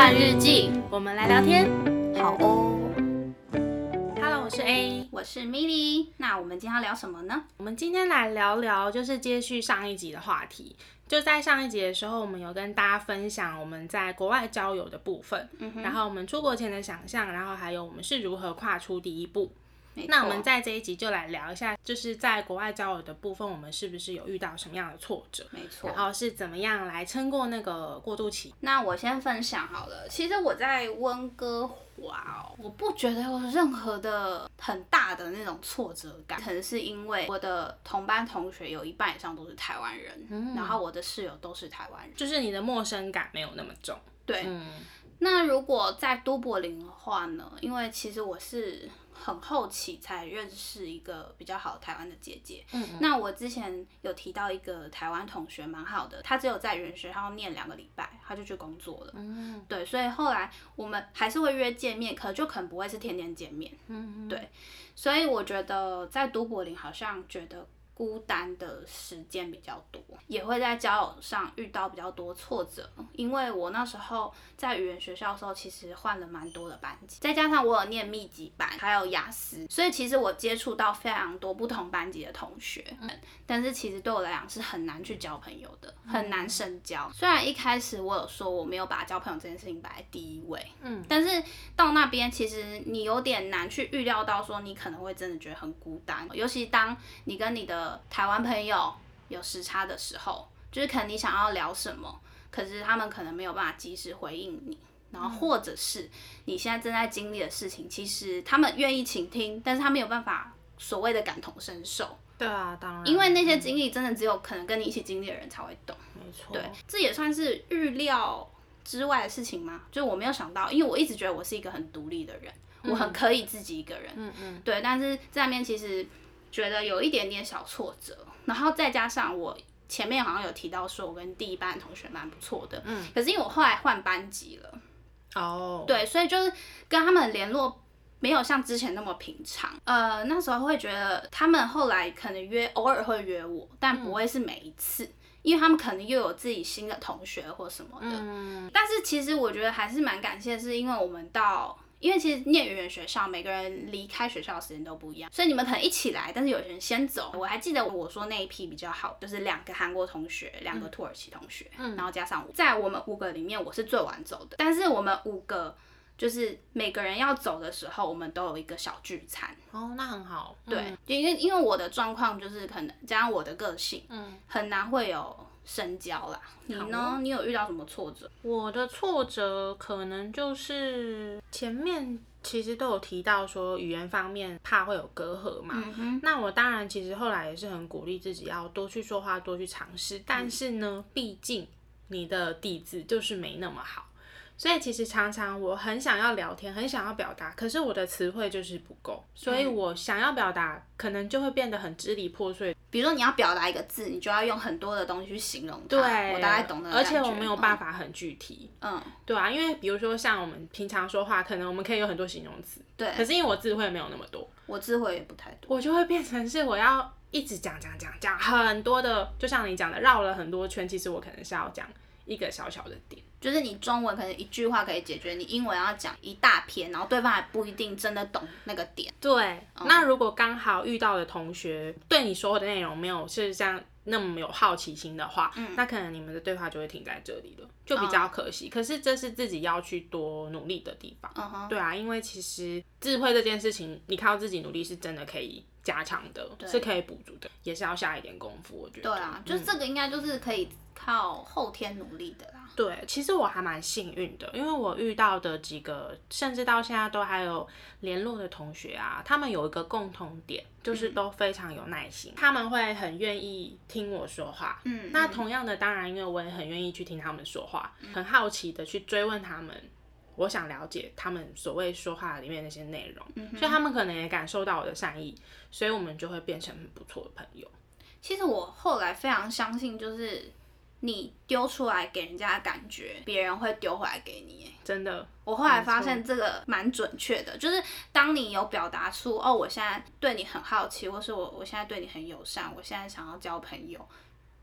换日记， 我们来聊天。 好哦。 Hello， 我是 A， 我是 Milly。那我们今天要聊什么呢？ 我们今天来聊聊，就是接续上一集的话题。就在上一集的时候，我们有跟大家分享我们在国外交友的部分，然后我们出国前的想象，然后还有我们是如何跨出第一步。那我们在这一集就来聊一下，就是在国外交友的部分，我们是不是有遇到什么样的挫折？ 没错。 然后是怎么样来撑过那个过渡期？ 那我先分享好了。其实我在温哥华我不觉得有任何的很大的那种挫折感，可能是因为我的同班同学有一半以上都是台湾人，然后我的室友都是台湾人， 就是你的陌生感没有那么重。 对。那如果在都柏林的话呢？因为其实我是很后期才认识一个比较好的台湾的姐姐。那我之前有提到一个台湾同学蛮好的，他只有在语言学校念2个礼拜，他就去工作了。对，所以后来我们还是会约见面，可能不会是天天见面。对，所以我觉得在都柏林好像觉得孤单的时间比较多，也会在交友上遇到比较多挫折，因为我那时候在语言学校的时候，其实换了蛮多的班级，再加上我有念密集班，还有雅思，所以其实我接触到非常多不同班级的同学，但是其实对我来讲是很难去交朋友的，很难深交。虽然一开始我有说我没有把交朋友这件事情摆在第一位，但是到那边其实你有点难去预料到说你可能会真的觉得很孤单，尤其当你跟你的台湾朋友有时差的时候，就是可能你想要聊什么，可是他们可能没有办法及时回应你，然后或者是你现在正在经历的事情，其实他们愿意倾听，但是他没有办法所谓的感同身受。 对啊，当然， 因为那些经历真的只有可能跟你一起经历的人才会懂。 没错， 对，这也算是预料之外的事情吗？就是我没有想到，因为我一直觉得我是一个很独立的人，我很可以自己一个人。对，但是在那边其实觉得有一点点小挫折，然后再加上我前面好像有提到说我跟第一班的同学蛮不错的，可是因为我后来换班级了，对，所以就是跟他们联络没有像之前那么平常。那时候会觉得他们后来可能偶尔会约我，但不会是每一次，因为他们可能又有自己新的同学或什么的。但是其实我觉得还是蛮感谢，是因为我们因为其实念语言学校，每个人离开学校的时间都不一样，所以你们可能一起来，但是有人先走。我还记得我说那一批比较好，就是2个韩国同学，2个土耳其同学，然后加上我，在我们5个里面，我是最晚走的。但是我们5个就是每个人要走的时候，我们都有一个小聚餐。 那很好。 对，因为我的状况就是可能加上我的个性，很难会有深交啦。你呢？你有遇到什么挫折？ 我的挫折可能就是前面其实都有提到说语言方面怕会有隔阂嘛。那我当然其实后来也是很鼓励自己要多去说话，多去尝试。但是呢，毕竟你的底子就是没那么好。所以其实常常我很想要聊天，很想要表达，可是我的词汇就是不够，所以我想要表达可能就会变得很支离破碎。 比如说你要表达一个字，你就要用很多的东西去形容它。 对， 我大概懂那个感觉。 而且我没有办法很具体。对啊，因为比如说像我们平常说话，可能我们可以有很多形容词。 对。 可是因为我字汇没有那么多， 我字汇也不太多， 我就会变成是我要一直讲很多的，就像你讲的绕了很多圈，其实我可能是要讲一个小小的点。 就是你中文可能一句话可以解决，你英文要讲一大篇，然后对方还不一定真的懂那个点。 对，那如果刚好遇到的同学对你说的内容没有是这样那么有好奇心的话，那可能你们的对话就会停在这里了，就比较可惜。可是这是自己要去多努力的地方。对啊，因为其实智慧这件事情，你靠自己努力是真的可以加强的，是可以补足的，也是要下一点功夫，我觉得。 对啊，就是这个应该就是可以靠后天努力的啦。 对，其实我还蛮幸运的，因为我遇到的几个，甚至到现在都还有联络的同学啊，他们有一个共同点，就是都非常有耐心，他们会很愿意听我说话。那同样的，当然，因为我也很愿意去听他们说话，很好奇的去追问他们。我想了解他们所谓说话里面那些内容，所以他们可能也感受到我的善意，所以我们就会变成很不错的朋友。 其实我后来非常相信，就是你丢出来给人家的感觉，别人会丢回来给你。 真的， 我后来发现这个蛮准确的，就是当你有表达出我现在对你很好奇，或是我现在对你很友善，我现在想要交朋友。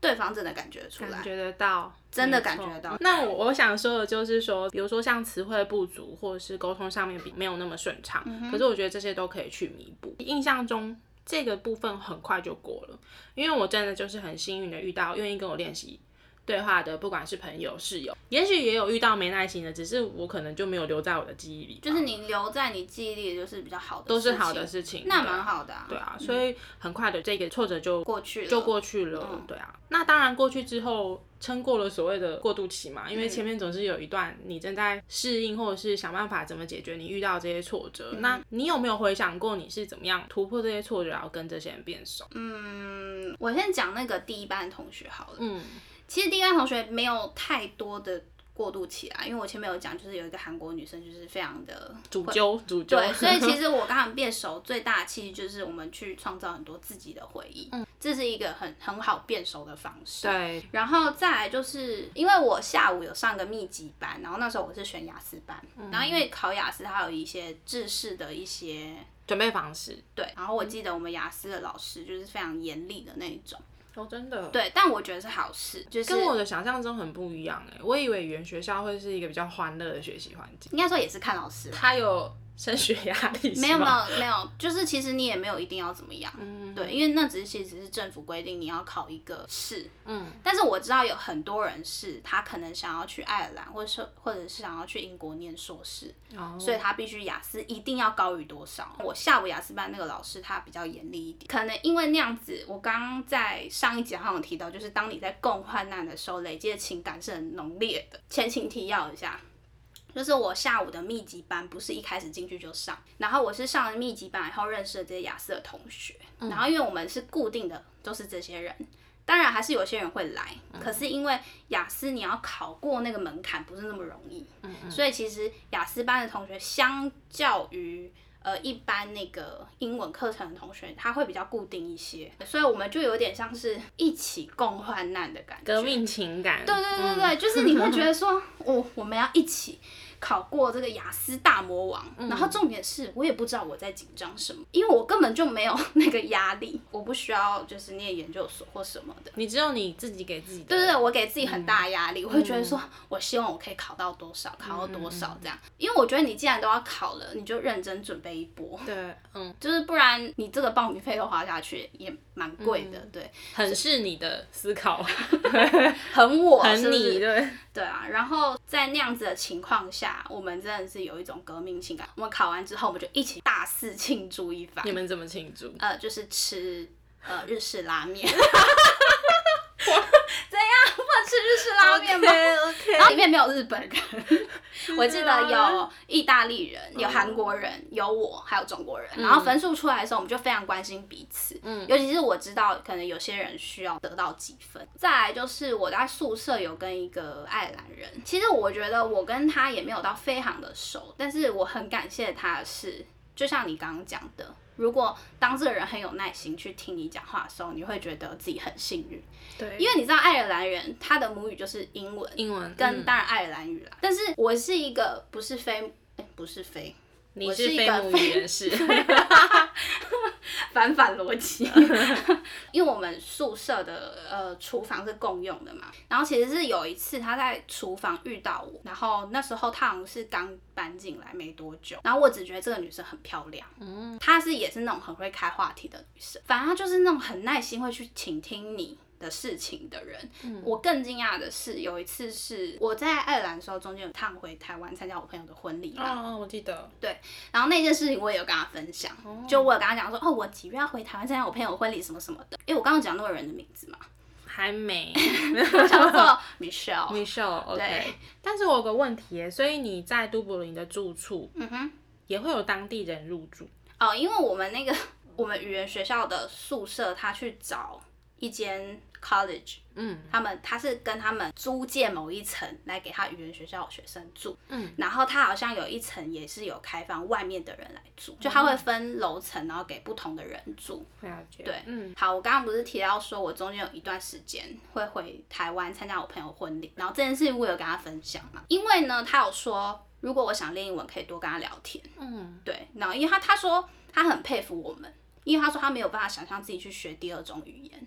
对方真的感觉得出来， 感觉得到。 真的感觉得到。 那我想说的就是说，比如说像词汇不足，或者是沟通上面没有那么顺畅，可是我觉得这些都可以去弥补。印象中这个部分很快就过了，因为我真的就是很幸运的遇到愿意跟我练习对话的，不管是朋友、室友，也许也有遇到没耐心的，只是我可能就没有留在我的记忆里。 就是你留在你记忆里的就是比较好的事情， 都是好的事情， 那蛮好的啊。 对啊，所以很快的这个挫折就过去了，对啊。那当然过去之后撑过了所谓的过渡期嘛，因为前面总是有一段你正在适应或者是想办法怎么解决你遇到这些挫折。那你有没有回想过你是怎么样突破这些挫折，然后跟这些人变熟？ 我先讲那个第一班的同学好了。其实第一班同学没有太多的过渡期啦，因为我前面有讲，就是有一个韩国女生，就是非常的主揪， 对，所以其实我跟他们变熟最大的契机就是我们去创造很多自己的回忆，这是一个很好变熟的方式。 对， 然后再来就是因为我下午有上个密集班，然后那时候我是选雅思班，然后因为考雅思它有一些制式的一些准备方式， 对，然后我记得我们雅思的老师就是非常严厉的那一种。 真的。 对，但我觉得是好事，就是跟我的想象中很不一样我以为语言学校会是一个比较欢乐的学习环境。 应该说也是看老师， 他有升学压力没有，就是其实你也没有一定要怎么样，对，因为那其实是政府规定你要考一个试，但是我知道有很多人是他可能想要去爱尔兰，或者是想要去英国念硕士，所以他必须雅思一定要高于多少。我下午雅思班那个老师他比较严厉一点，可能因为那样子，我刚刚在上一集好像有提到，就是当你在共患难的时候，累积的情感是很浓烈的。前情提要一下。就是我下午的密集班不是一开始进去就上，然后我是上了密集班以后认识了这些雅思的同学，然后因为我们是固定的都是这些人，当然还是有些人会来，可是因为雅思你要考过那个门槛不是那么容易，所以其实雅思班的同学相较于一般那个英文课程的同学，他会比较固定一些，所以我们就有点像是一起共患难的感觉， 革命情感。 对，就是你会觉得说，我们要一起考过这个雅思大魔王，然后重点是我也不知道我在紧张什么，因为我根本就没有那个压力，我不需要就是念研究所或什么的， 你只有你自己给自己的。 对，我给自己很大的压力，我会觉得说，我希望我可以考到多少，考到多少这样，因为我觉得你既然都要考了，你就认真准备一波， 对， 就是不然你这个报名费都花下去也蛮贵的，对， 很是你的思考， 很我， 很你， 对啊，然后在那样子的情况下，我们真的是有一种革命情感。我们考完之后，我们就一起大肆庆祝一番。 你们怎么庆祝？ 就是吃日式拉面。怎样？不能吃日式拉面吗？ OK， 然后里面没有日本人，我记得有意大利人，有韩国人，有我，还有中国人。然后分数出来的时候，我们就非常关心彼此。尤其是我知道，可能有些人需要得到几分。再来就是我在宿舍有跟一个爱尔兰人，其实我觉得我跟他也没有到非常的熟，但是我很感谢他的是，就像你刚刚讲的。如果当这个人很有耐心去听你讲话的时候，你会觉得自己很幸运。 对， 因为你知道爱尔兰人他的母语就是英文跟当然爱尔兰语啦。但是我是一个不是非， 你是非母语人士， 反逻辑。因为我们宿舍的厨房是共用的嘛，然后其实是有一次他在厨房遇到我，然后那时候他好像是刚搬进来没多久，然后我只觉得这个女生很漂亮，她也是那种很会开话题的女生，反正她就是那种很耐心会去倾听你的事情的人。我更惊讶的是，有一次是我在爱尔兰的时候，中间有趟回台湾参加我朋友的婚礼嘛。 我记得。 对，然后那件事情我也有跟他分享，就我有跟他讲说，我几月要回台湾参加我朋友婚礼什么什么的。因为我刚刚讲那个人的名字嘛， 还没， 叫做 Michelle。OK。 对，但是我有个问题所以你在都柏林的住处，也会有当地人入住？ 因为我们语言学校的宿舍，他去找一间 college，他是跟他们租借某一层来给他语言学校的学生住，然后他好像有一层也是有开放外面的人来住，就他会分楼层，然后给不同的人住。 了解。 对，好，我刚刚不是提到说我中间有一段时间会回台湾参加我朋友婚礼，然后这件事情我有跟他分享嘛，因为呢，他有说如果我想练英文，可以多跟他聊天。对，然后因为他说他很佩服我们。因为他说他没有办法想象自己去学第二种语言，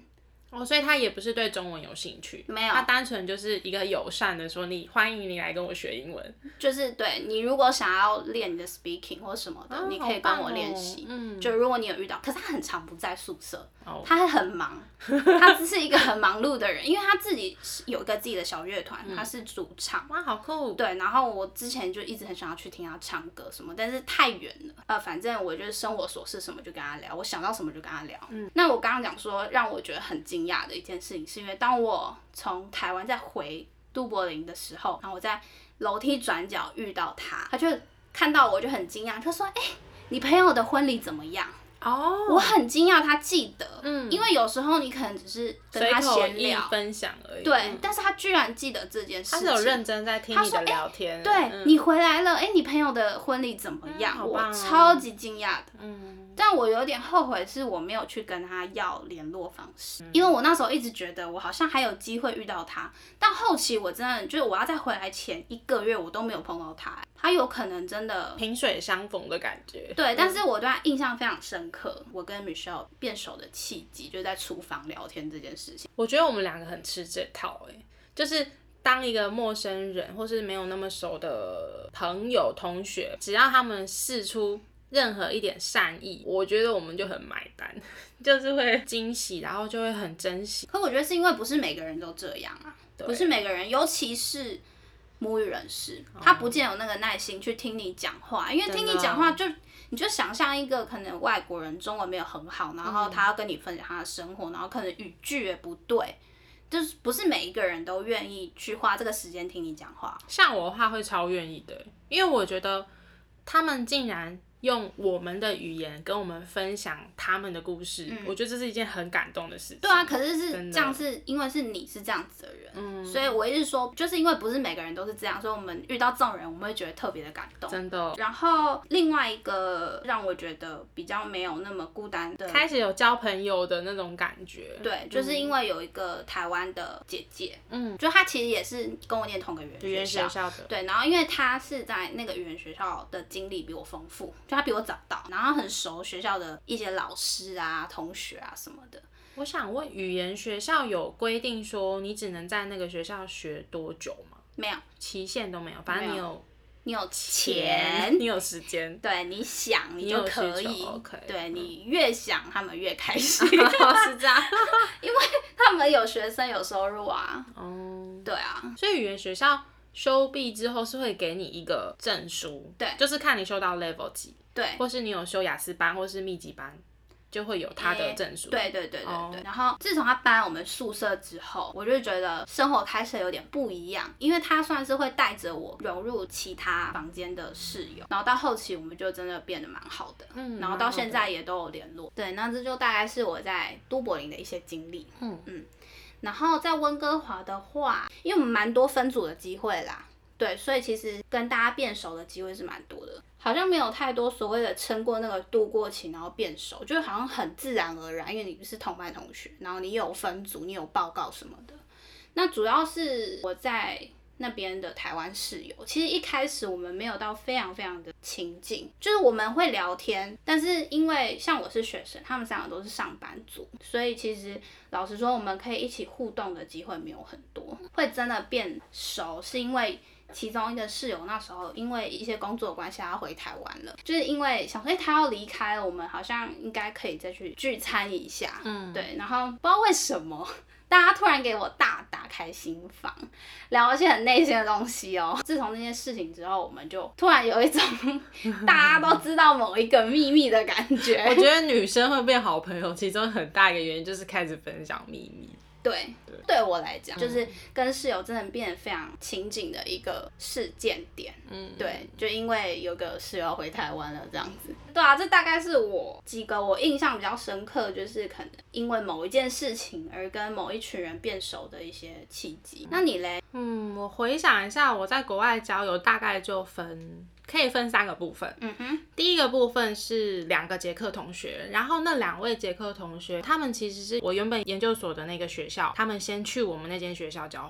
所以他也不是对中文有兴趣， 没有， 他单纯就是一个友善的说欢迎你来跟我学英文， 就是对你如果想要练你的 speaking 或什么的，你可以跟我练习。就如果你有遇到，可是他很常不在宿舍，他很忙，他只是一个很忙碌的人，因为他自己有一个自己的小乐团，他是主唱。 哇，好酷！ 对，然后我之前就一直很想要去听他唱歌什么，但是太远了。反正我就是生活琐事什么就跟他聊，我想到什么就跟他聊。那我刚刚讲说让我觉得很惊讶的一件事情，是因为当我从台湾再回都柏林的时候，然后我在楼梯转角遇到他，他就看到我就很惊讶，就说：“你朋友的婚礼怎么样？”我很惊讶他记得，因为有时候你可能只是跟他闲聊分享而已， 对，但是他居然记得这件事情， 他是有认真在听你的聊天， 对，你回来了，你朋友的婚礼怎么样？我超级惊讶的，但我有点后悔是我没有去跟他要联络方式，因为我那时候一直觉得我好像还有机会遇到他，但后期我真的就是我要在回来前1个月我都没有碰到他，他有可能真的萍水相逢的感觉， 对，但是我对他印象非常深刻，我跟 Michelle 变熟的契机就是在厨房聊天这件事情。 我觉得我们2个很吃这套，就是当一个陌生人或是没有那么熟的朋友同学，只要他们释出任何一点善意，我觉得我们就很买单，就是会惊喜，然后就会很珍惜。 可我觉得是因为不是每个人都这样啊，不是每个人，尤其是母语人士，他不见有那个耐心去听你讲话，因为听你讲话你就想象一个可能外国人中文没有很好，然后他要跟你分享他的生活，然后可能语句也不对，就是不是每一个人都愿意去花这个时间听你讲话。 像我的话会超愿意的，因为我觉得他们竟然用我们的语言跟我们分享他们的故事，我觉得这是一件很感动的事情。 对啊，可是这样是因为你是这样子的人，所以我一直说，就是因为不是每个人都是这样，所以我们遇到这种人，我们会觉得特别的感动。 真的。 然后另外一个让我觉得比较没有那么孤单的， 开始有交朋友的那种感觉。 对，就是因为有一个台湾的姐姐，就她其实也是跟我念同个语言学校的， 对，然后因为她是在那个语言学校的经历比我丰富，就她比我早到，然后很熟学校的一些老师啊、同学啊什么的。 我想问，语言学校有规定说你只能在那个学校学多久吗？ 没有， 期限都没有，反正你有钱， 你有时间， 对，你想你就可以，对，你越想他们越开心， 是这样， 因为他们有学生有收入啊。对啊， 所以语言学校修毕之后是会给你一个证书， 对， 就是看你修到 level 几， 对， 或是你有修雅思班或是密集班，就会有他的证书。 对。然后自从他搬来我们宿舍之后，我就觉得生活开始有点不一样，因为他算是会带着我融入其他房间的室友，然后到后期我们就真的变得蛮好的，然后到现在也都有联络。对，那这就大概是我在都柏林的一些经历。然后在温哥华的话，因为我们蛮多分组的机会啦，对，所以其实跟大家变熟的机会是蛮多的，好像没有太多所谓的撑过那个度过期然后变熟，就好像很自然而然，因为你是同班同学，然后你有分组，你有报告什么的。那主要是我在那边的台湾室友，其实一开始我们没有到非常非常的亲近，就是我们会聊天，但是因为像我是学生，他们3个都是上班族，所以其实老实说我们可以一起互动的机会没有很多，会真的变熟是因为其中一个室友那时候因为一些工作关系他要回台湾了，就是因为想说他要离开了，我们好像应该可以再去聚餐一下，对，然后不知道为什么大家突然给我大打开心房，聊一些很内心的东西哦。自从那件事情之后，我们就突然有一种大家都知道某一个秘密的感觉。 我觉得女生会变好朋友，其中很大一个原因就是开始分享秘密。 对我来讲，就是跟室友真的变得非常亲近的一个事件点。对，就因为有个室友回台湾了这样子。对啊，这大概是我几个我印象比较深刻，就是可能因为某一件事情而跟某一群人变熟的一些契机。那你嘞？ 我回想一下，我在国外交友大概就可以分3个部分。第一个部分是2个捷克同学，然后那2位捷克同学，他们其实是我原本研究所的那个学校，他们先去我们那间学校交换，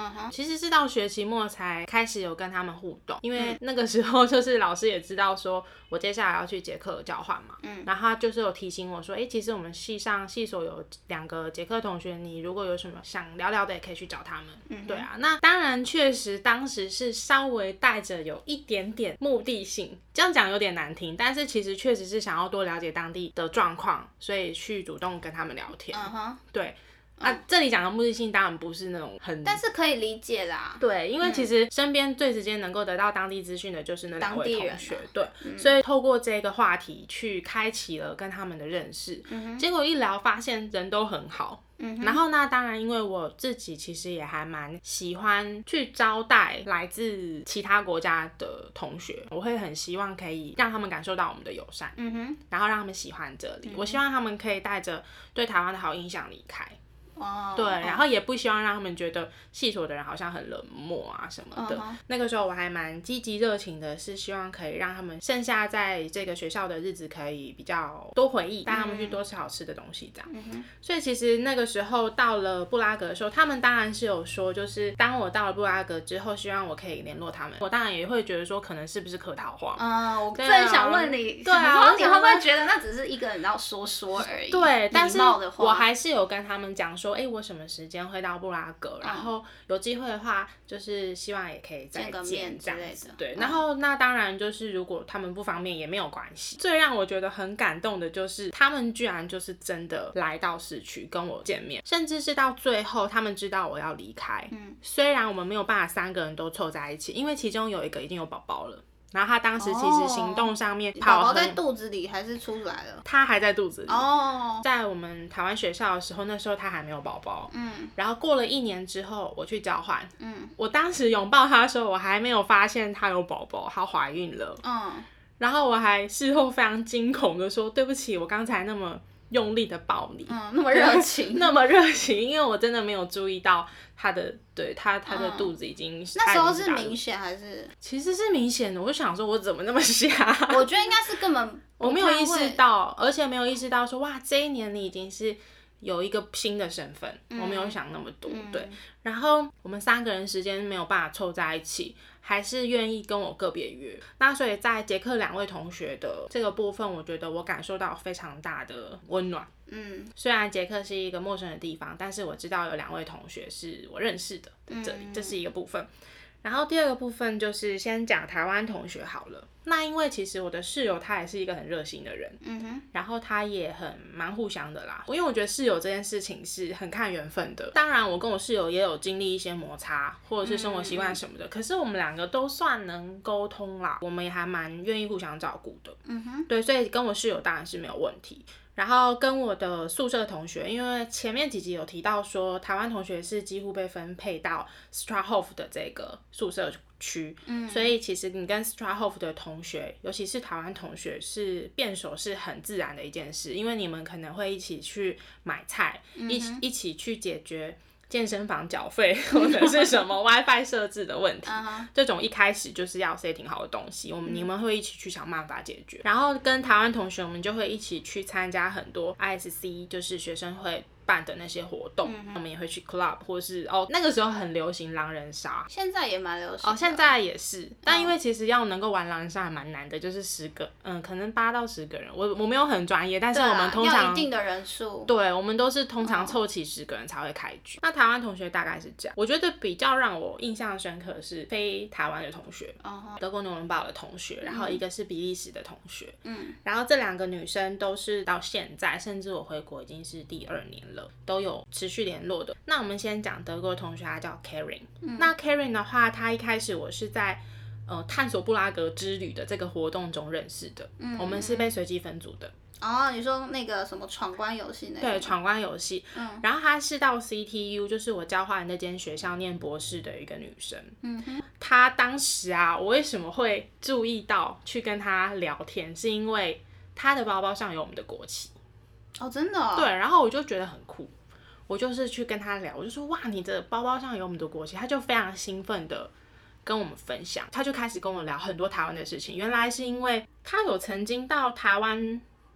其实是到学期末才开始有跟他们互动，因为那个时候就是老师也知道说我接下来要去捷克交换嘛，然后他就是有提醒我说，其实我们系所有2个捷克同学，你如果有什么想聊聊的，也可以去找他们。对啊，那当然确实当时是稍微带着有一点点目的性，这样讲有点难听，但是其实确实是想要多了解当地的状况，所以去主动跟他们聊天。对。这里讲的目的性当然不是那种但是可以理解啦。 对，因为其实身边最直接能够得到当地资讯的就是那2位同学，对，所以透过这个话题去开启了跟他们的认识。结果一聊发现人都很好。然后那当然因为我自己其实也还蛮喜欢去招待来自其他国家的同学，我会很希望可以让他们感受到我们的友善，然后让他们喜欢这里。我希望他们可以带着对台湾的好印象离开。对，然后也不希望让他们觉得系所的人好像很冷漠啊什么的。那个时候我还蛮积极热情的，是希望可以让他们剩下在这个学校的日子可以比较多回忆，带他们去多吃好吃的东西这样。所以其实那个时候到了布拉格的时候，他们当然是有说，就是当我到了布拉格之后，希望我可以联络他们。我当然也会觉得说，可能是不是客套话。 我正想问你，对啊，你会不会觉得那只是一个你要说而已？ 对，但是我还是有跟他们讲说，我什么时间会到布拉格，然后有机会的话，就是希望也可以再见这样子。对，然后那当然就是如果他们不方便也没有关系。最让我觉得很感动的就是他们居然就是真的来到市区跟我见面，甚至是到最后他们知道我要离开。虽然我们没有办法3个人都凑在一起，因为其中有一个已经有宝宝了。然后他当时其实行动上面宝宝在肚子里还是出来了？ 他还在肚子里。在我们台湾学校的时候，那时候他还没有宝宝。然后过了1年之后，我去交换。我当时拥抱他的时候，我还没有发现他有宝宝，她怀孕了。然后我还事后非常惊恐的说：“对不起，我刚才那么用力的抱你， 那么热情， 那么热情，因为我真的没有注意到他的肚子已经那时候是明显还是？ 其实是明显的，我就想说我怎么那么瞎？ 我觉得应该是根本我没有意识到，而且没有意识到说哇，这一年你已经是有一个新的身份，我没有想那么多。对，然后我们3个人时间没有办法凑在一起，还是愿意跟我个别约。那所以在捷克2位同学的这个部分，我觉得我感受到非常大的温暖。虽然捷克是一个陌生的地方，但是我知道有2位同学是我认识的，这里这是一个部分。然后第2个部分就是先讲台湾同学好了。那因为其实我的室友他也是一个很热心的人，然后他也蛮互相的啦。因为我觉得室友这件事情是很看缘分的。当然我跟我室友也有经历一些摩擦，或者是生活习惯什么的，可是我们2个都算能沟通啦，我们也还蛮愿意互相照顾的。对，所以跟我室友当然是没有问题。然后跟我的宿舍同学，因为前面几集有提到说台湾同学是几乎被分配到 Strahov 的这个宿舍区，所以其实你跟 Strahov 的同学，尤其是台湾同学，是变熟是很自然的一件事，因为你们可能会一起去买菜，一起去解决健身房缴费或者是什么 WiFi 设置的问题，这种一开始就是要 setting 好的东西，你们会一起去想办法解决。然后跟台湾同学，我们就会一起去参加很多 ISC， 就是学生会办的那些活动，我们也会去 club， 或是那个时候很流行狼人杀， 现在也蛮流行的。 现在也是，但因为其实要能够玩狼人杀还蛮难的，就是10个，可能8到10个人，我没有很专业，但是我们通常要一定的人数， 对，我们都是通常凑齐10个人才会开局。那台湾同学大概是这样，我觉得比较让我印象深刻的是非台湾的同学，德国纽伦堡的同学，然后一个是比利时的同学，然后这2个女生都是到现在，甚至我回国已经是第2年了，都有持续联络的。那我们先讲德国同学，他叫 Karen。那 Karen 的话，他一开始我是在探索布拉格之旅的这个活动中认识的，我们是被随机分组的。 你说那个什么闯关游戏那个？ 对，闯关游戏。然后她是到 CTU， 就是我交换那间学校念博士的一个女生。她当时啊，我为什么会注意到去跟她聊天，是因为她的包包上有我们的国旗。 真的？ 对，然后我就觉得很酷，我就是去跟她聊，我就说哇，你的包包上有我们的国旗，她就非常兴奋的跟我们分享，她就开始跟我聊很多台湾的事情。原来是因为她有曾经到台湾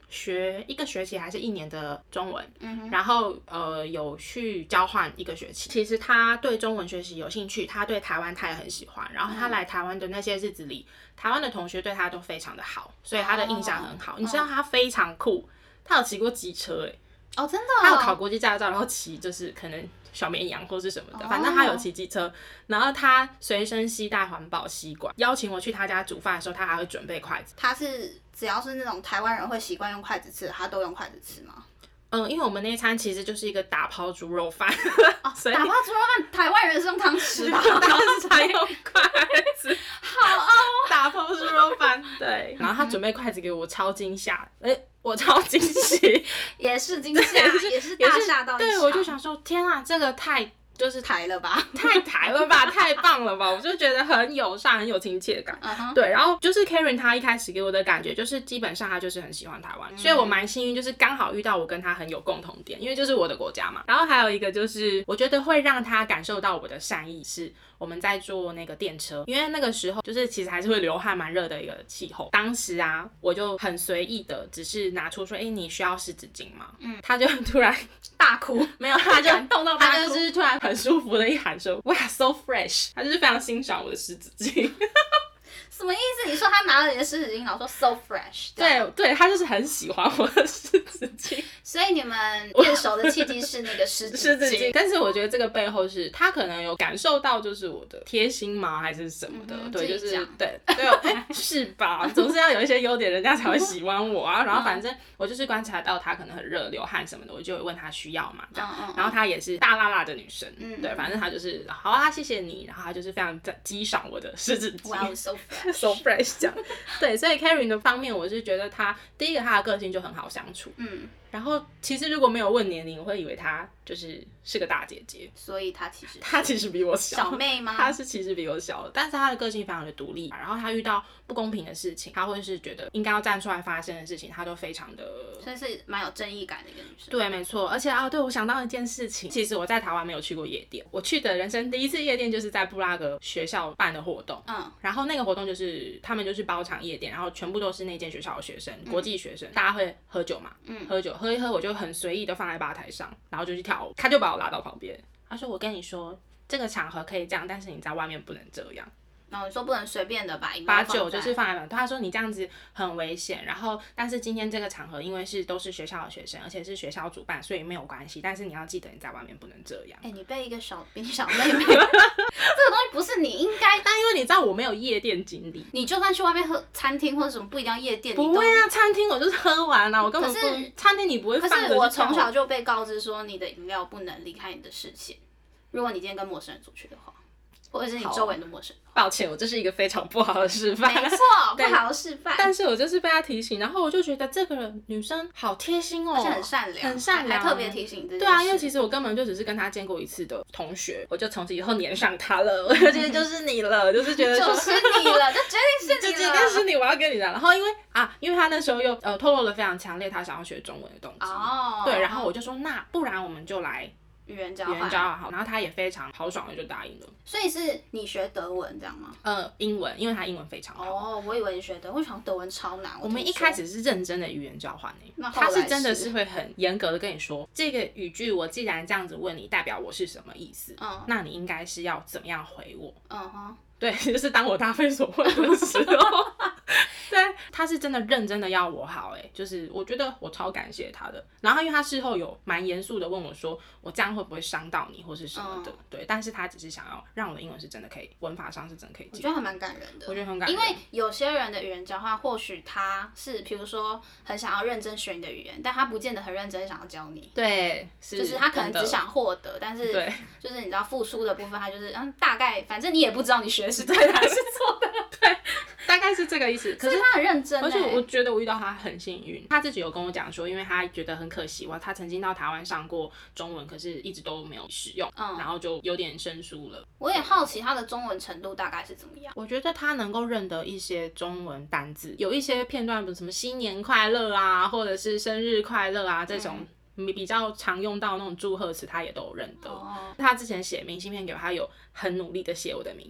学1个学期还是1年的中文，然后有去交换1个学期。其实他对中文学习有兴趣，他对台湾他也很喜欢，然后他来台湾的那些日子里，台湾的同学对他都非常的好，所以他的印象很好。你知道他非常酷，他有骑过机车哦，真的他有考国际驾照，然后骑就是可能小绵羊或是什么的，反正他有骑机车，然后他随身携带环保吸管，邀请我去他家煮饭的时候，他还会准备筷子。 他是只要是那种台湾人会习惯用筷子吃，他都用筷子吃吗？ 因为我们那一餐其实就是一个打抛猪肉饭，所以打抛猪肉饭，台湾人是用汤匙吧？ 当时才用筷子， 好哦， 打抛猪肉饭，对。然后他准备筷子给我，超惊吓，我超惊喜， 也是惊吓，也是大吓到一场。 对，我就想说，天啊，这个太就是台了吧， 太台了吧，太棒了吧！我就觉得很友善，很有亲切感。对，然后就是 Karen 她一开始给我的感觉就是基本上她就是很喜欢台湾，所以我蛮幸运，就是刚好遇到我跟她很有共同点，因为就是我的国家嘛。然后还有一个就是我觉得会让她感受到我的善意是我们在坐那个电车，因为那个时候就是其实还是会流汗，蛮热的一个气候。当时啊，我就很随意的，只是拿出说，你需要湿纸巾吗？他就突然大哭， 没有，他就感动到大哭， 他就是突然很舒服的一喊说，哇 ，so fresh， 他就是非常欣赏我的湿纸巾。 什么意思？你说他拿了你的湿纸巾，然后说 so fresh， 对，他就是很喜欢我的湿纸巾。 所以你们变熟的契机是那个湿纸巾。 但是我觉得这个背后是他可能有感受到，就是我的贴心吗，还是什么的？对，就是对，是吧？总是要有一些优点，人家才会喜欢我啊。然后反正我就是观察到他可能很热、流汗什么的，我就会问他需要嘛，这样。然后他也是大辣辣的女生，对，反正他就是好啊，谢谢你。然后他就是非常激赏我的湿纸巾。 Wow, so fresh. so fresh 这样，对，所以 Karen 的方面，我是觉得她第一个她的个性就很好相处，然后其实如果没有问年龄，我会以为她是个大姐姐， 所以她其实比我小， 小妹吗？ 她是其实比我小，但是她的个性非常的独立，然后她遇到不公平的事情，她会是觉得应该要站出来发生的事情，她都非常的， 所以是蛮有正义感的一个女生。 对，没错，而且对我想到一件事情，其实我在台湾没有去过夜店，我去的人生第一次夜店就是在布拉格学校办的活动，然后那个活动就是他们就是包场夜店，然后全部都是那间学校的学生，国际学生，大家会喝酒嘛，喝酒喝一喝，我就很随意的放在吧台上，然后就去跳舞，他就把我拉到旁边，他说我跟你说这个场合可以这样，但是你在外面不能这样。 然后你说不能随便的把酒就是放在他说你这样子很危险，然后但是今天这个场合因为都是学校的学生，而且是学校主办，所以没有关系，但是你要记得你在外面不能这样。 你被一个比你小妹妹这个东西不是你应该， 但因为你知道我没有夜店经历， 你就算去外面喝餐厅或者什么不一定要夜店， 不会啊，餐厅我就是喝完啊，我根本不，餐厅你不会放着。 可是我从小就被告知说你的饮料不能离开你的视线，如果你今天跟陌生人出去的话，或者是你周围的陌生人。 抱歉，我这是一个非常不好的示范。 没错，不好的示范。 但是我就是被他提醒，然后我就觉得这个女生好贴心哦， 而且很善良， 很善良， 还特别提醒自己。 对啊，因为其实我根本就只是跟他见过一次的同学，我就从此以后黏上他了。我就觉得就是你了，就是觉得就是你了，就决定是你了， 就决定是你，我要跟你讲。然后因为他那时候又透露了非常强烈他想要学中文的动机，对，然后我就说那不然我们就来。 语言交换好，然后他也非常豪爽的就答应了。 所以是你学德文这样吗？ 英文，因为他英文非常好。 我以为你学德文，我想德文超难。 我们一开始是认真的语言交换他是真的是会很严格的跟你说，这个语句我既然这样子问你，代表我是什么意思？那你应该是要怎么样回我？对，就是当我答非所问的时候，对，他是真的认真的要我好，就是我觉得我超感谢他的。然后因为他事后有蛮严肃的问我说，我这样会不会伤到你或是什么的，对，但是他只是想要让我的英文是真的可以，文法上是真的可以进步。 我觉得还蛮感人的， 我觉得很感人， 因为有些人的语言交换，或许他是比如说很想要认真学你的语言，但他不见得很认真想要教你， 对， 就是他可能只想获得，但是就是你知道付出的部分，他就是大概反正你也不知道你学的是对的还是错的， 对，大概是这个意思。可是他很认真， 而且我觉得我遇到他很幸运，他自己有跟我讲说，因为他觉得很可惜，他曾经到台湾上过中文，可是一直都没有使用，然后就有点生疏了。 我也好奇他的中文程度大概是怎么样。 我觉得他能够认得一些中文单字，有一些片段，什么新年快乐啊，或者是生日快乐啊这种。比较常用到那种祝贺词，他也都有认得。他之前写明信片给我，他有很努力的写我的名字。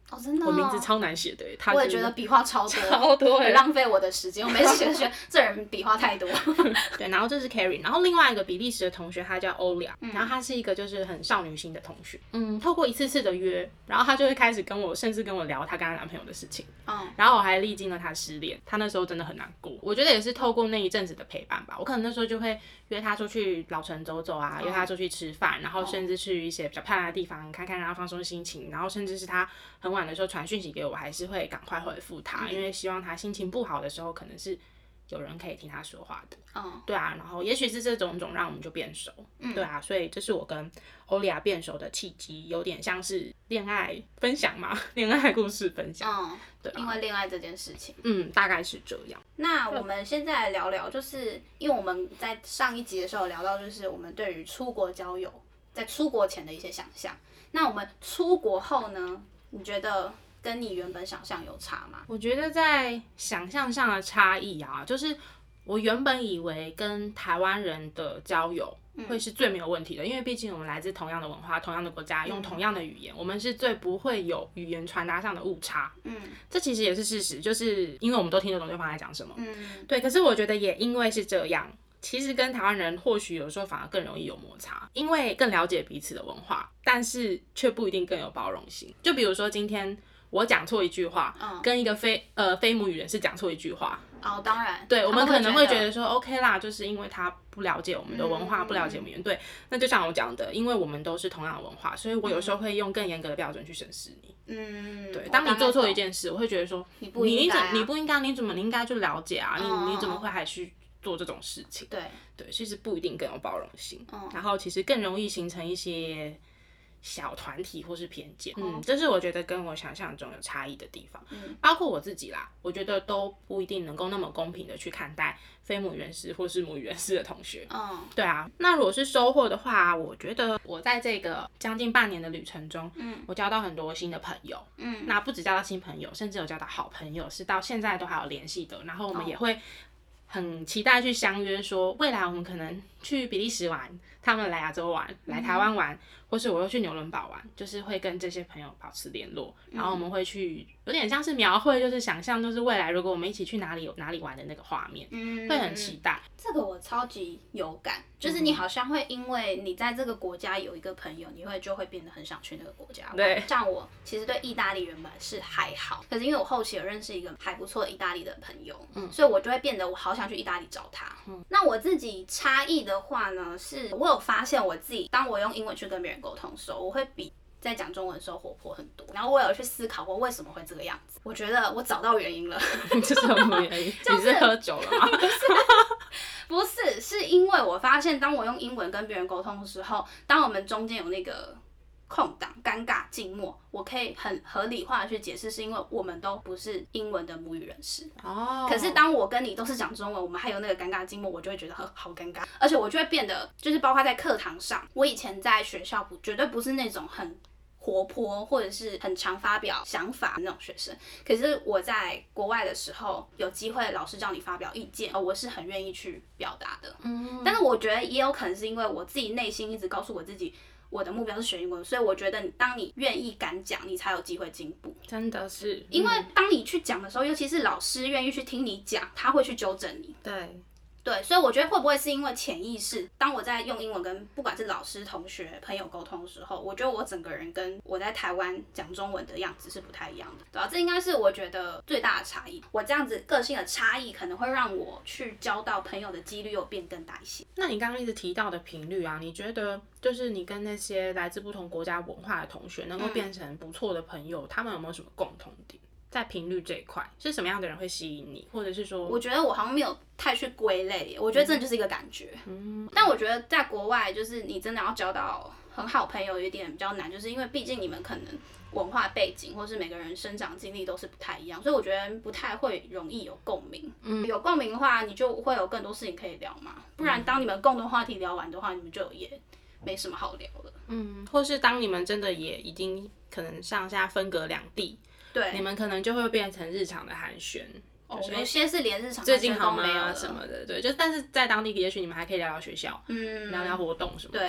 哦，真的哦， 我名字超难写的耶， 我也觉得笔画超多， 超多很浪费我的时间。我每次写觉得这人笔画太多。 对，然后这是 Carrie， 然后另外一个比利时的同学他叫 Olia，然后他是一个就是很少女心的同学。透过一次次的约，然后他就会开始甚至跟我聊她跟她男朋友的事情。然后我还历经了她失恋，她那时候真的很难过。我觉得也是透过那一阵子的陪伴吧，我可能那时候就会约她出去老城走走啊，约她出去吃饭，然后甚至去一些比较漂亮的地方看看，然后放松心情，然后甚至是她很晚的时候传讯息给我，还是会赶快回复她，因为希望她心情不好的时候可能是有人可以听她说话的。对啊，然后也许是这种让我们就变熟。对啊，所以这是我跟欧利亚变熟的契机，有点像是恋爱分享嘛，恋爱故事分享。对啊， 因为恋爱这件事情。 大概是这样。 那我们现在来聊聊，就是因为我们在上一集的时候聊到，就是我们对于出国交友，在出国前的一些想象。那我们出国后呢？你觉得跟你原本想象有差吗？ 我觉得在想象上的差异啊，就是我原本以为跟台湾人的交友会是最没有问题的，因为毕竟我们来自同样的文化、同样的国家，用同样的语言，我们是最不会有语言传达上的误差。这其实也是事实，就是因为我们都听得懂对方在讲什么。对。可是我觉得也因为是这样，其实跟台湾人或许有时候反而更容易有摩擦，因为更了解彼此的文化，但是却不一定更有包容性。就比如说今天我讲错一句话，跟一个非母语人士讲错一句话。 当然， 对，我们可能会觉得说 OK 啦，就是因为他不了解我们的文化，不了解我们语言。对，那就像我讲的，因为我们都是同样的文化，所以我有时候会用更严格的标准去审视你。对，当你做错一件事，我会觉得说你不应该， 你应该去了解啊，你怎么会还去做这种事情？对，其实不一定更有包容性，然后其实更容易形成一些小团体或是偏见。这是我觉得跟我想象中有差异的地方。包括我自己啦，我觉得都不一定能够那么公平的去看待非母语人士或是母语人士的同学。对啊。那如果是收获的话，我觉得我在这个将近半年的旅程中，我交到很多新的朋友。那不止交到新朋友，甚至有交到好朋友，是到现在都还有联系的。然后我们也会很期待去相约说，未来我们可能去比利时玩，他们来亚洲玩，来台湾玩，或是我又去纽伦堡玩，就是会跟这些朋友保持联络。然后我们会去有点像是描绘，就是想象，就是未来如果我们一起去哪里玩的那个画面，会很期待。 这个我超级有感，就是你好像会因为你在这个国家有一个朋友，你就会变得很想去那个国家。 对， 像我其实对意大利原本是还好，可是因为我后期有认识一个还不错的意大利的朋友，所以我就会变得我好想去意大利找他。那我自己差异的话呢，是我有发现我自己，当我用英文去跟别人沟通的时候，我会比在讲中文的时候活泼很多。然后我有去思考过为什么会这个样子，我觉得我找到原因了。 这是什么原因？你是喝酒了吗？ 不是，是因为我发现当我用英文跟别人沟通的时候，当我们中间有那个空档、尴尬、静默，我可以很合理化的去解释，是因为我们都不是英文的母语人士。可是当我跟你都是讲中文，我们还有那个尴尬静默，我就会觉得好尴尬，而且我就会变得，就是包括在课堂上，我以前在学校绝对不是那种很活泼或者是很常发表想法的那种学生，可是我在国外的时候，有机会老师叫你发表意见，我是很愿意去表达的。但是我觉得也有可能是因为我自己内心一直告诉我自己，我的目标是学英文，所以我觉得当你愿意敢讲，你才有机会进步。 真的是， 因为当你去讲的时候，尤其是老师愿意去听你讲，他会去纠正你。对，所以我觉得会不会是因为潜意识，当我在用英文跟不管是老师、同学、朋友沟通的时候，我觉得我整个人跟我在台湾讲中文的样子是不太一样的，对吧？这应该是我觉得最大的差异。我这样子个性的差异，可能会让我去交到朋友的几率又变更大一些。 那你刚刚一直提到的频率啊，你觉得就是你跟那些来自不同国家文化的同学能够变成不错的朋友，他们有没有什么共同点？在频率这一块，是什么样的人会吸引你，或者是说， 我觉得我好像没有太去归类耶，我觉得真的就是一个感觉。但我觉得在国外，就是你真的要交到很好朋友，有点比较难，就是因为毕竟你们可能文化背景或是每个人生长经历都是不太一样，所以我觉得不太会容易有共鸣。有共鸣的话，你就会有更多事情可以聊嘛，不然当你们共同话题聊完的话，你们就也没什么好聊了。 或是当你们真的也已经可能上下分隔两地。对，你们可能就会变成日常的寒暄， 有些是连日常最近好吗都没有什么的，对，就但是在当地也许你们还可以聊聊学校，聊聊活动什么的。 对，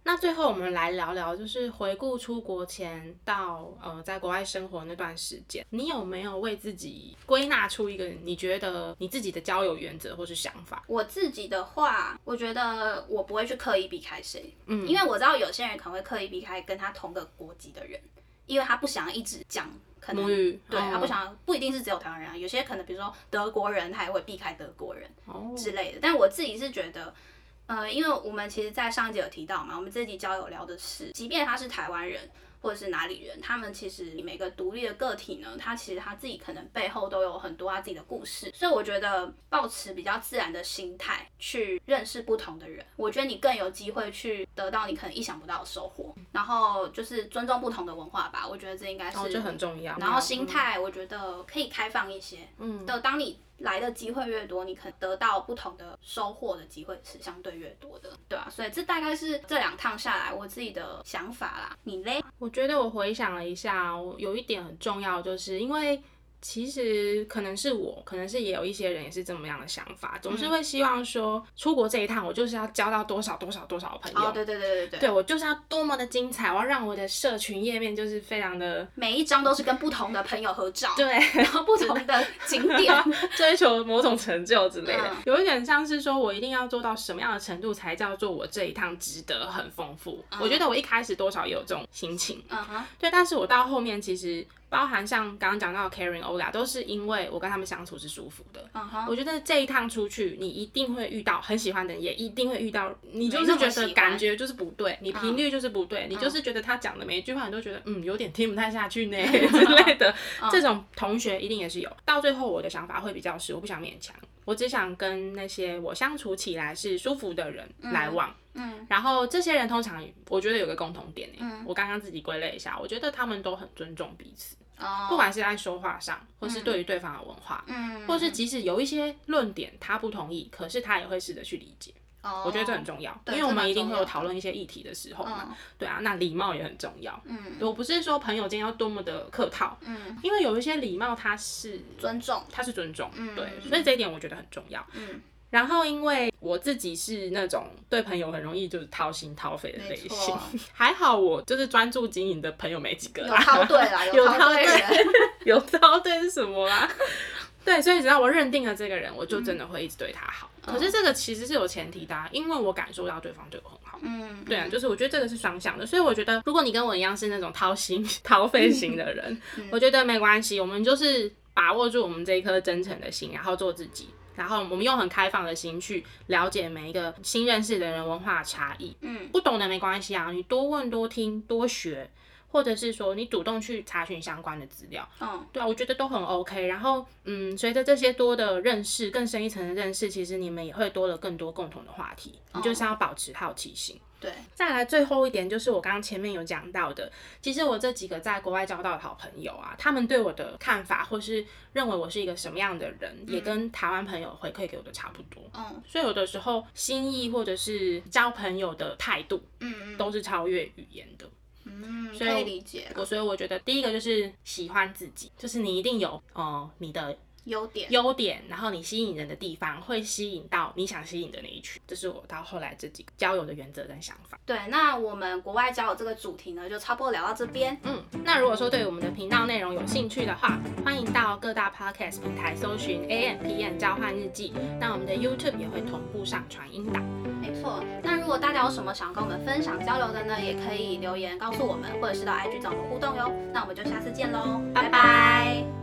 那最后我们来聊聊，就是回顾出国前到在国外生活那段时间，你有没有为自己归纳出一个你觉得你自己的交友原则或是想法？ 我自己的话，我觉得我不会去刻意避开谁，因为我知道有些人可能会刻意避开跟他同个国籍的人，因为他不想一直讲可能母语， 对，他不想，不一定是只有台湾人啊，有些可能比如说德国人，他也会避开德国人之类的。但我自己是觉得，因为我们其实，在上一集有提到嘛，我们这集交友聊的是，即便他是台湾人或者是哪里人，他们其实每个独立的个体呢，他其实他自己可能背后都有很多他自己的故事，所以我觉得抱持比较自然的心态去认识不同的人，我觉得你更有机会去得到你可能意想不到的收获。然后就是尊重不同的文化吧，我觉得这应该是这很重要。 然后心态，我觉得可以开放一些，当你来的机会越多，你可能得到不同的收获的机会是相对越多的，对啊，所以这大概是这2趟下来我自己的想法啦。你嘞？ 我觉得我回想了一下，有一点很重要，就是因为其实可能是我，可能是也有一些人也是这么样的想法，总是会希望说出国这一趟我就是要交到多少的朋友。对，我就是要多么的精彩，我要让我的社群页面就是非常的每一张都是跟不同的朋友合照， 对， 然后不同的景点， 追求某种成就之类的，有一点像是说我一定要做到什么样的程度才叫做我这一趟值得很丰富。我觉得我一开始多少也有这种心情，对，但是我到后面其实包含像刚刚讲到的 Karen、Ola 都是因为我跟他们相处是舒服的。我觉得这一趟出去，你一定会遇到很喜欢的人，也一定会遇到你就是觉得感觉就是不对，你频率就是不对，你就是觉得他讲的每一句话你都觉得有点听不太下去呢之类的。这种同学一定也是有。到最后我的想法会比较是，我不想勉强，我只想跟那些我相处起来是舒服的人来往。然后这些人通常我觉得有个共同点我刚刚自己归类一下，我觉得他们都很尊重彼此，不管是在说话上，或是对于对方的文化，或是即使有一些论点他不同意，可是他也会试着去理解。我觉得这很重要，因为我们一定会有讨论一些议题的时候嘛，对啊，那礼貌也很重要。我不是说朋友间要多么的客套，因为有一些礼貌它是尊重， 对，所以这一点我觉得很重要。然后因为我自己是那种对朋友很容易就是掏心掏肺的类型，还好我就是专注经营的朋友没几个啦， 有掏对啦，有掏对人， 有掏对是什么啦？对，所以只要我认定了这个人，我就真的会一直对他好。可是这个其实是有前提的因为我感受到对方对我很好。对啊，就是我觉得这个是双向的，所以我觉得如果你跟我一样是那种掏心掏肺型的人，我觉得没关系，我们就是把握住我们这一颗真诚的心，然后做自己。然后我们用很开放的心去了解每一个新认识的人文化差异，不懂的没关系啊，你多问多听多学，或者是说你主动去查询相关的资料，对啊，我觉得都很 OK。然后随着这些多的认识，更深一层的认识，其实你们也会多了更多共同的话题，你就是要保持好奇心。 对， 再来最后一点就是我刚刚前面有讲到的，其实我这几个在国外交到的好朋友啊，他们对我的看法或是认为我是一个什么样的人，也跟台湾朋友回馈给我的差不多。所以有的时候心意或者是交朋友的态度，都是超越语言的。 可以理解。 所以我觉得第一个就是喜欢自己，就是你一定有你的优点，然后你吸引人的地方会吸引到你想吸引的那一群，这是我到后来这几个交友的原则跟想法。 对，那我们国外交友这个主题呢，就差不多聊到这边。 那如果说对我们的频道内容有兴趣的话，欢迎到各大 podcast 平台搜寻 AMpm 交换日记，那我们的 YouTube 也会同步上传音档。 没错，那如果大家有什么想跟我们分享交流的呢，也可以留言告诉我们，或者是到 IG 找我们互动哟。那我们就下次见喽，拜拜。